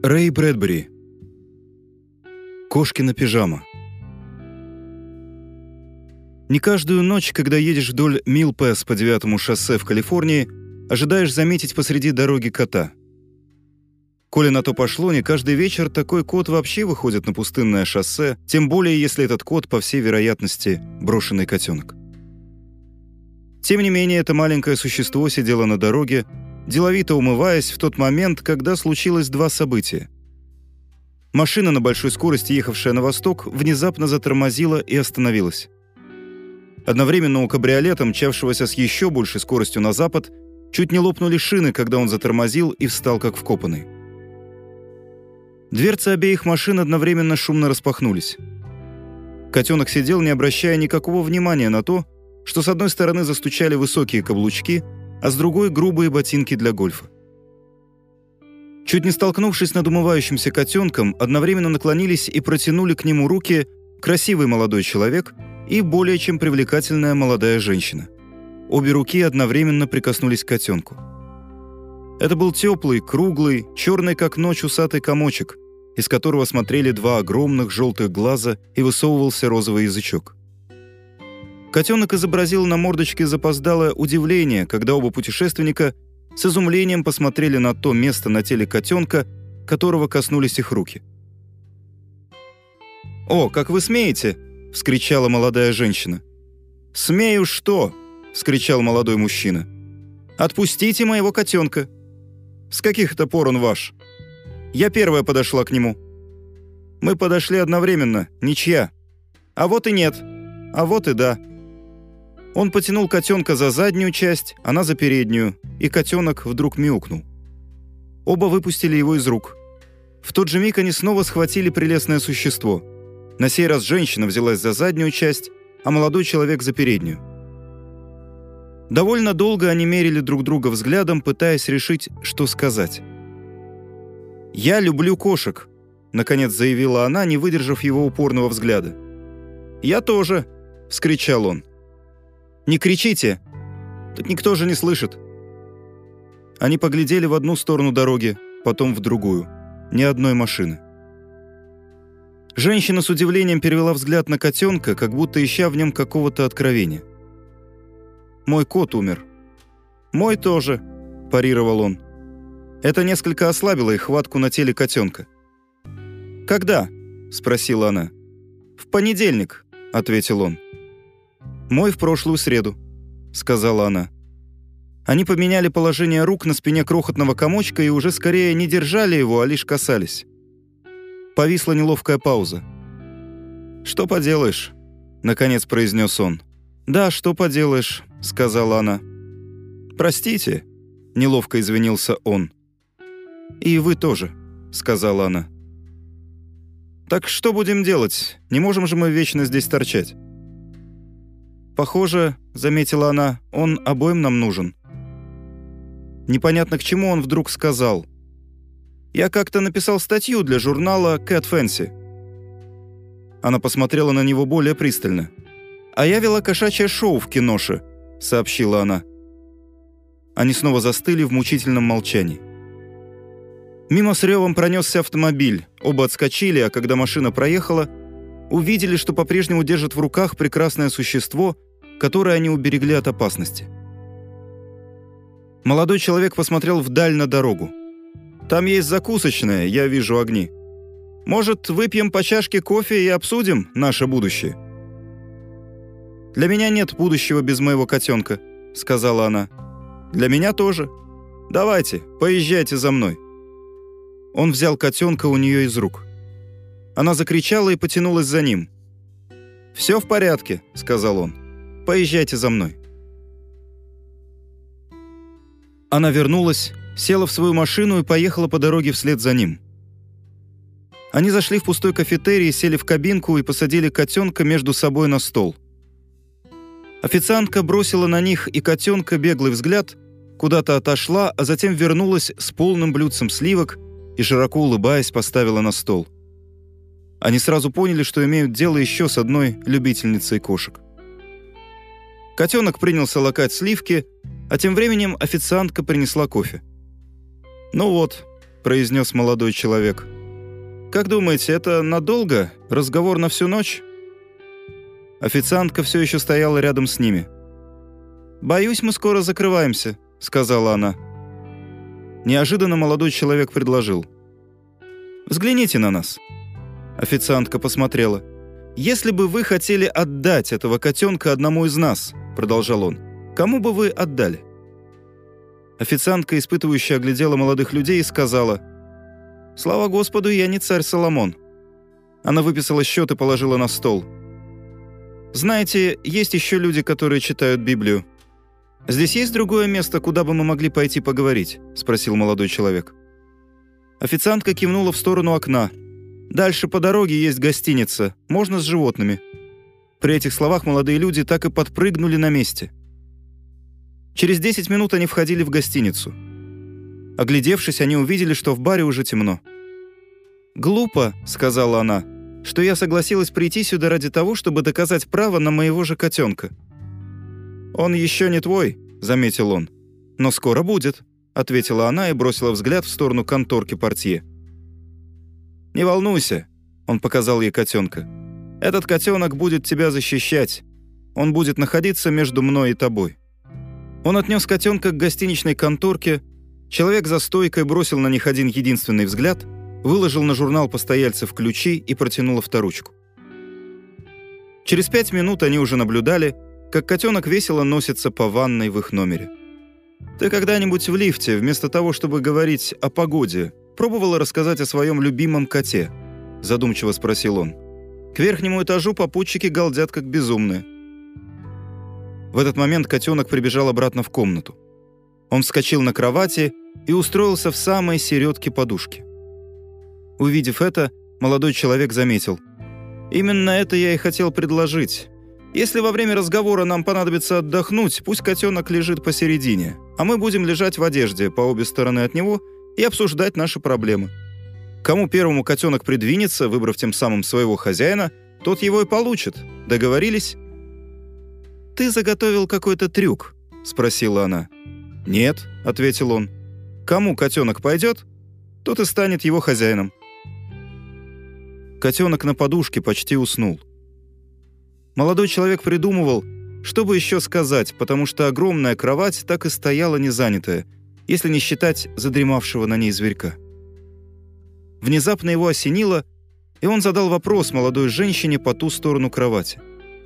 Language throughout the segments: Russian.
Рэй Брэдбери. Кошкина пижама. Не каждую ночь, когда едешь вдоль Милпэс по 9-му шоссе в Калифорнии, ожидаешь заметить посреди дороги кота. Коли на то пошло, не каждый вечер такой кот вообще выходит на пустынное шоссе, тем более если этот кот, по всей вероятности, брошенный котенок. Тем не менее, это маленькое существо сидело на дороге, деловито умываясь в тот момент, когда случилось два события. Машина на большой скорости, ехавшая на восток, внезапно затормозила и остановилась. Одновременно у кабриолета, мчавшегося с еще большей скоростью на запад, чуть не лопнули шины, когда он затормозил и встал как вкопанный. Дверцы обеих машин одновременно шумно распахнулись. Котенок сидел, не обращая никакого внимания на то, что с одной стороны застучали высокие каблучки, а с другой — грубые ботинки для гольфа. Чуть не столкнувшись над умывающимся котенком, одновременно наклонились и протянули к нему руки красивый молодой человек и более чем привлекательная молодая женщина. Обе руки одновременно прикоснулись к котенку. Это был теплый, круглый, черный как ночь усатый комочек, из которого смотрели два огромных желтых глаза и высовывался розовый язычок. Котенок изобразил на мордочке запоздалое удивление, когда оба путешественника с изумлением посмотрели на то место на теле котенка, которого коснулись их руки. «О, как вы смеете!» — вскричала молодая женщина. «Смею что?» — вскричал молодой мужчина. «Отпустите моего котенка!» «С каких это пор он ваш?» «Я первая подошла к нему». «Мы подошли одновременно, ничья». «А вот и нет, а вот и да». Он потянул котенка за заднюю часть, она за переднюю, и котенок вдруг мяукнул. Оба выпустили его из рук. В тот же миг они снова схватили прелестное существо. На сей раз женщина взялась за заднюю часть, а молодой человек за переднюю. Довольно долго они мерили друг друга взглядом, пытаясь решить, что сказать. «Я люблю кошек», — наконец заявила она, не выдержав его упорного взгляда. «Я тоже», — вскричал он. «Не кричите! Тут никто же не слышит!» Они поглядели в одну сторону дороги, потом в другую. Ни одной машины. Женщина с удивлением перевела взгляд на котенка, как будто ища в нем какого-то откровения. «Мой кот умер». «Мой тоже», – парировал он. Это несколько ослабило их хватку на теле котенка. «Когда?» – спросила она. «В понедельник», – ответил он. «Мой в прошлую среду», — сказала она. Они поменяли положение рук на спине крохотного комочка и уже скорее не держали его, а лишь касались. Повисла неловкая пауза. «Что поделаешь?» — наконец произнес он. «Да, что поделаешь», — сказала она. «Простите», — неловко извинился он. «И вы тоже», — сказала она. «Так что будем делать? Не можем же мы вечно здесь торчать». «Похоже, — заметила она, — он обоим нам нужен». Непонятно к чему он вдруг сказал. «Я как-то написал статью для журнала Cat Fancy». Она посмотрела на него более пристально. «А я вела кошачье шоу в киноше», — сообщила она. Они снова застыли в мучительном молчании. Мимо с ревом пронесся автомобиль. Оба отскочили, а когда машина проехала, увидели, что по-прежнему держат в руках прекрасное существо, которое они уберегли от опасности. Молодой человек посмотрел вдаль на дорогу. «Там есть закусочная, я вижу огни. Может, выпьем по чашке кофе и обсудим наше будущее?» «Для меня нет будущего без моего котенка», — сказала она. «Для меня тоже. Давайте, поезжайте за мной». Он взял котенка у нее из рук. Она закричала и потянулась за ним. «Все в порядке», — сказал он. «Поезжайте за мной». Она вернулась, села в свою машину и поехала по дороге вслед за ним. Они зашли в пустой кафетерий, сели в кабинку и посадили котенка между собой на стол. Официантка бросила на них и котенка беглый взгляд, куда-то отошла, а затем вернулась с полным блюдцем сливок и, широко улыбаясь, поставила на стол. Они сразу поняли, что имеют дело еще с одной любительницей кошек. Котенок принялся лакать сливки, а тем временем официантка принесла кофе. «Ну вот», — произнес молодой человек. «Как думаете, это надолго? Разговор на всю ночь?» Официантка все еще стояла рядом с ними. «Боюсь, мы скоро закрываемся», — сказала она. Неожиданно молодой человек предложил. «Взгляните на нас». Официантка посмотрела. «Если бы вы хотели отдать этого котенка одному из нас», — продолжал он, — «кому бы вы отдали?» Официантка, испытывающая, оглядела молодых людей и сказала: «Слава Господу, я не царь Соломон». Она выписала счет и положила на стол. «Знаете, есть еще люди, которые читают Библию. Здесь есть другое место, куда бы мы могли пойти поговорить?» — спросил молодой человек. Официантка кивнула в сторону окна. «Дальше по дороге есть гостиница, можно с животными». При этих словах молодые люди так и подпрыгнули на месте. Через 10 минут они входили в гостиницу. Оглядевшись, они увидели, что в баре уже темно. «Глупо», — сказала она, — «что я согласилась прийти сюда ради того, чтобы доказать право на моего же котенка». «Он еще не твой», — заметил он. «Но скоро будет», — ответила она и бросила взгляд в сторону конторки портье. «Не волнуйся», — он показал ей котенка. «Этот котенок будет тебя защищать. Он будет находиться между мной и тобой». Он отнес котенка к гостиничной конторке. Человек за стойкой бросил на них один единственный взгляд, выложил на журнал постояльцев ключи и протянул авторучку. Через 5 минут они уже наблюдали, как котенок весело носится по ванной в их номере. «Ты когда-нибудь в лифте, вместо того, чтобы говорить о погоде, пробовала рассказать о своем любимом коте?» – задумчиво спросил он. «К верхнему этажу попутчики галдят как безумные». В этот момент котенок прибежал обратно в комнату. Он вскочил на кровати и устроился в самой середке подушки. Увидев это, молодой человек заметил: «Именно это я и хотел предложить. Если во время разговора нам понадобится отдохнуть, пусть котенок лежит посередине, а мы будем лежать в одежде по обе стороны от него и обсуждать наши проблемы. Кому первому котенок придвинется, выбрав тем самым своего хозяина, тот его и получит. Договорились?» «Ты заготовил какой-то трюк?» — спросила она. «Нет», — ответил он. «Кому котенок пойдет, тот и станет его хозяином». Котенок на подушке почти уснул. Молодой человек придумывал, что бы еще сказать, потому что огромная кровать так и стояла незанятая, если не считать задремавшего на ней зверька. Внезапно его осенило, и он задал вопрос молодой женщине по ту сторону кровати.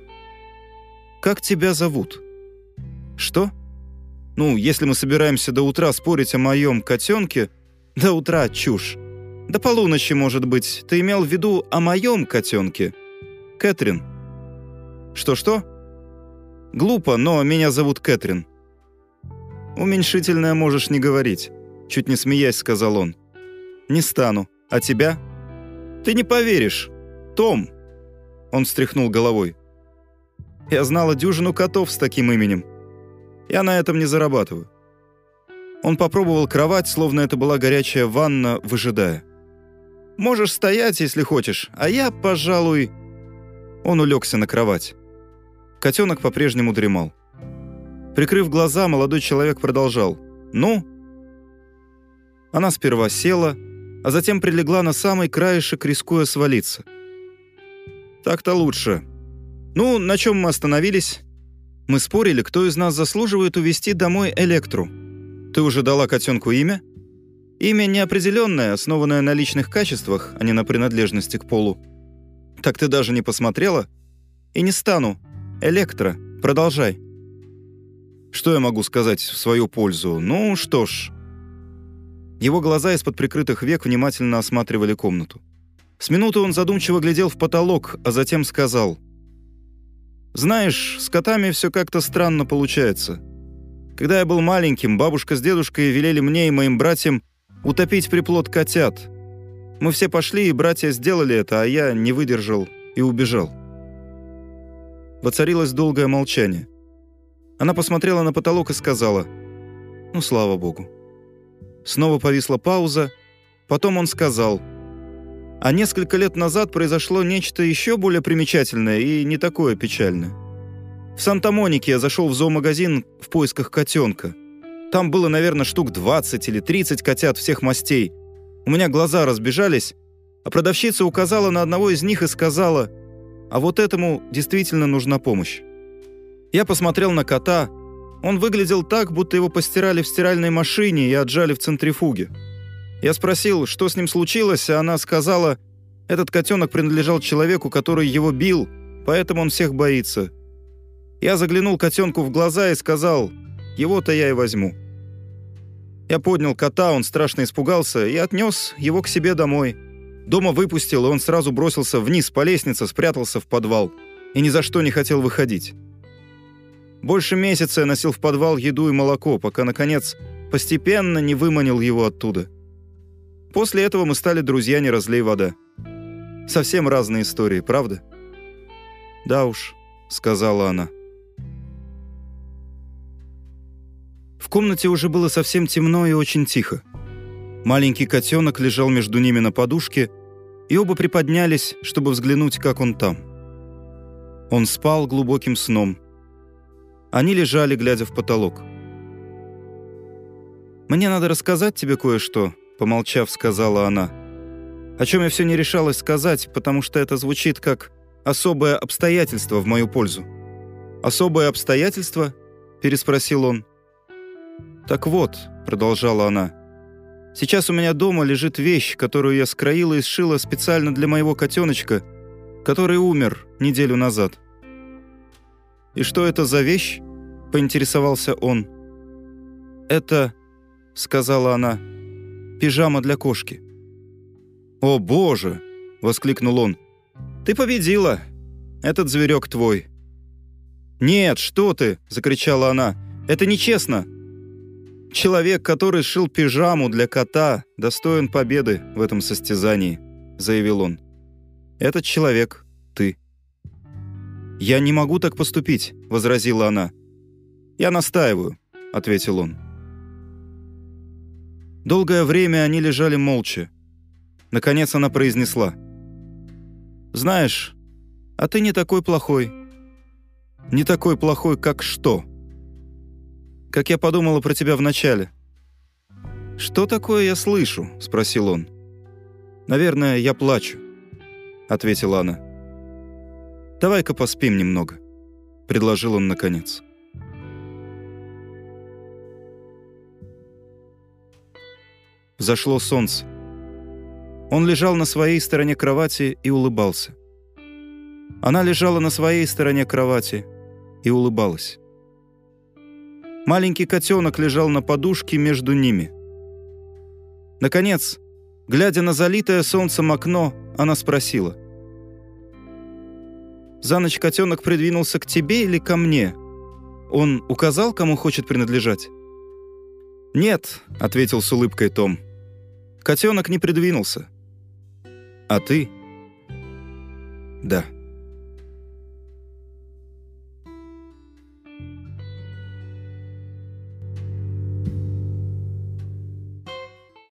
«Как тебя зовут?» «Что? Ну, если мы собираемся до утра спорить о моем котенке...» «До утра чушь. До полуночи, может быть. Ты имел в виду о моем котенке?» «Кэтрин». «Что-что?» «Глупо, но меня зовут Кэтрин». «Уменьшительное можешь не говорить», — чуть не смеясь сказал он. «Не стану. А тебя?» «Ты не поверишь. Том». Он встряхнул головой. «Я знала дюжину котов с таким именем. Я на этом не зарабатываю». Он попробовал кровать, словно это была горячая ванна, выжидая. «Можешь стоять, если хочешь, а я, пожалуй...» Он улегся на кровать. Котенок по-прежнему дремал. Прикрыв глаза, молодой человек продолжал. «Ну?» Она сперва села, а затем прилегла на самый краешек, рискуя свалиться. «Так-то лучше. Ну, на чем мы остановились?» «Мы спорили, кто из нас заслуживает увезти домой Электру. Ты уже дала котенку имя?» «Имя неопределенное, основанное на личных качествах, а не на принадлежности к полу». «Так ты даже не посмотрела?» «И не стану. Электра, продолжай». «Что я могу сказать в свою пользу? Ну, что ж...» Его глаза из-под прикрытых век внимательно осматривали комнату. С минуты он задумчиво глядел в потолок, а затем сказал: «Знаешь, с котами все как-то странно получается. Когда я был маленьким, бабушка с дедушкой велели мне и моим братьям утопить приплод котят. Мы все пошли, и братья сделали это, а я не выдержал и убежал». Воцарилось долгое молчание. Она посмотрела на потолок и сказала: «Ну, слава богу». Снова повисла пауза, потом он сказал: «А несколько лет назад произошло нечто еще более примечательное и не такое печальное. В Санта-Монике я зашел в зоомагазин в поисках котенка. Там было, наверное, штук 20 или 30 котят всех мастей. У меня глаза разбежались, а продавщица указала на одного из них и сказала: «А вот этому действительно нужна помощь». Я посмотрел на кота. Он выглядел так, будто его постирали в стиральной машине и отжали в центрифуге. Я спросил, что с ним случилось, а она сказала: «Этот котенок принадлежал человеку, который его бил, поэтому он всех боится». Я заглянул котенку в глаза и сказал: «Его-то я и возьму». Я поднял кота, он страшно испугался, и отнес его к себе домой. Дома выпустил, и он сразу бросился вниз по лестнице, спрятался в подвал и ни за что не хотел выходить. Больше месяца я носил в подвал еду и молоко, пока, наконец, постепенно не выманил его оттуда. После этого мы стали друзья «Не разлей вода». Совсем разные истории, правда? «Да уж», — сказала она. В комнате уже было совсем темно и очень тихо. Маленький котенок лежал между ними на подушке, и оба приподнялись, чтобы взглянуть, как он там. Он спал глубоким сном. Они лежали, глядя в потолок. «Мне надо рассказать тебе кое-что», — помолчав, сказала она. «О чем я все не решалась сказать, потому что это звучит как особое обстоятельство в мою пользу». «Особое обстоятельство?» — переспросил он. «Так вот», — продолжала она, — «сейчас у меня дома лежит вещь, которую я скроила и сшила специально для моего котеночка, который умер неделю назад». «И что это за вещь?» — поинтересовался он. «Это», — сказала она, — «пижама для кошки». «О, Боже!» — воскликнул он. «Ты победила! Этот зверек твой». «Нет, что ты!» — закричала она. «Это нечестно!» «Человек, который сшил пижаму для кота, достоин победы в этом состязании», — заявил он. «Этот человек — ты». «Я не могу так поступить», — возразила она. «Я настаиваю», — ответил он. Долгое время они лежали молча. Наконец она произнесла: «Знаешь, а ты не такой плохой». «Не такой плохой, как что?» «Как я подумала про тебя вначале». «Что такое я слышу?» — спросил он. «Наверное, я плачу», — ответила она. «Давай-ка поспим немного», — предложил он наконец. Взошло солнце. Он лежал на своей стороне кровати и улыбался. Она лежала на своей стороне кровати и улыбалась. Маленький котенок лежал на подушке между ними. Наконец, глядя на залитое солнцем окно, она спросила: «За ночь котенок придвинулся к тебе или ко мне? Он указал, кому хочет принадлежать?» «Нет», — ответил с улыбкой Том. «Котенок не придвинулся. А ты?» «Да».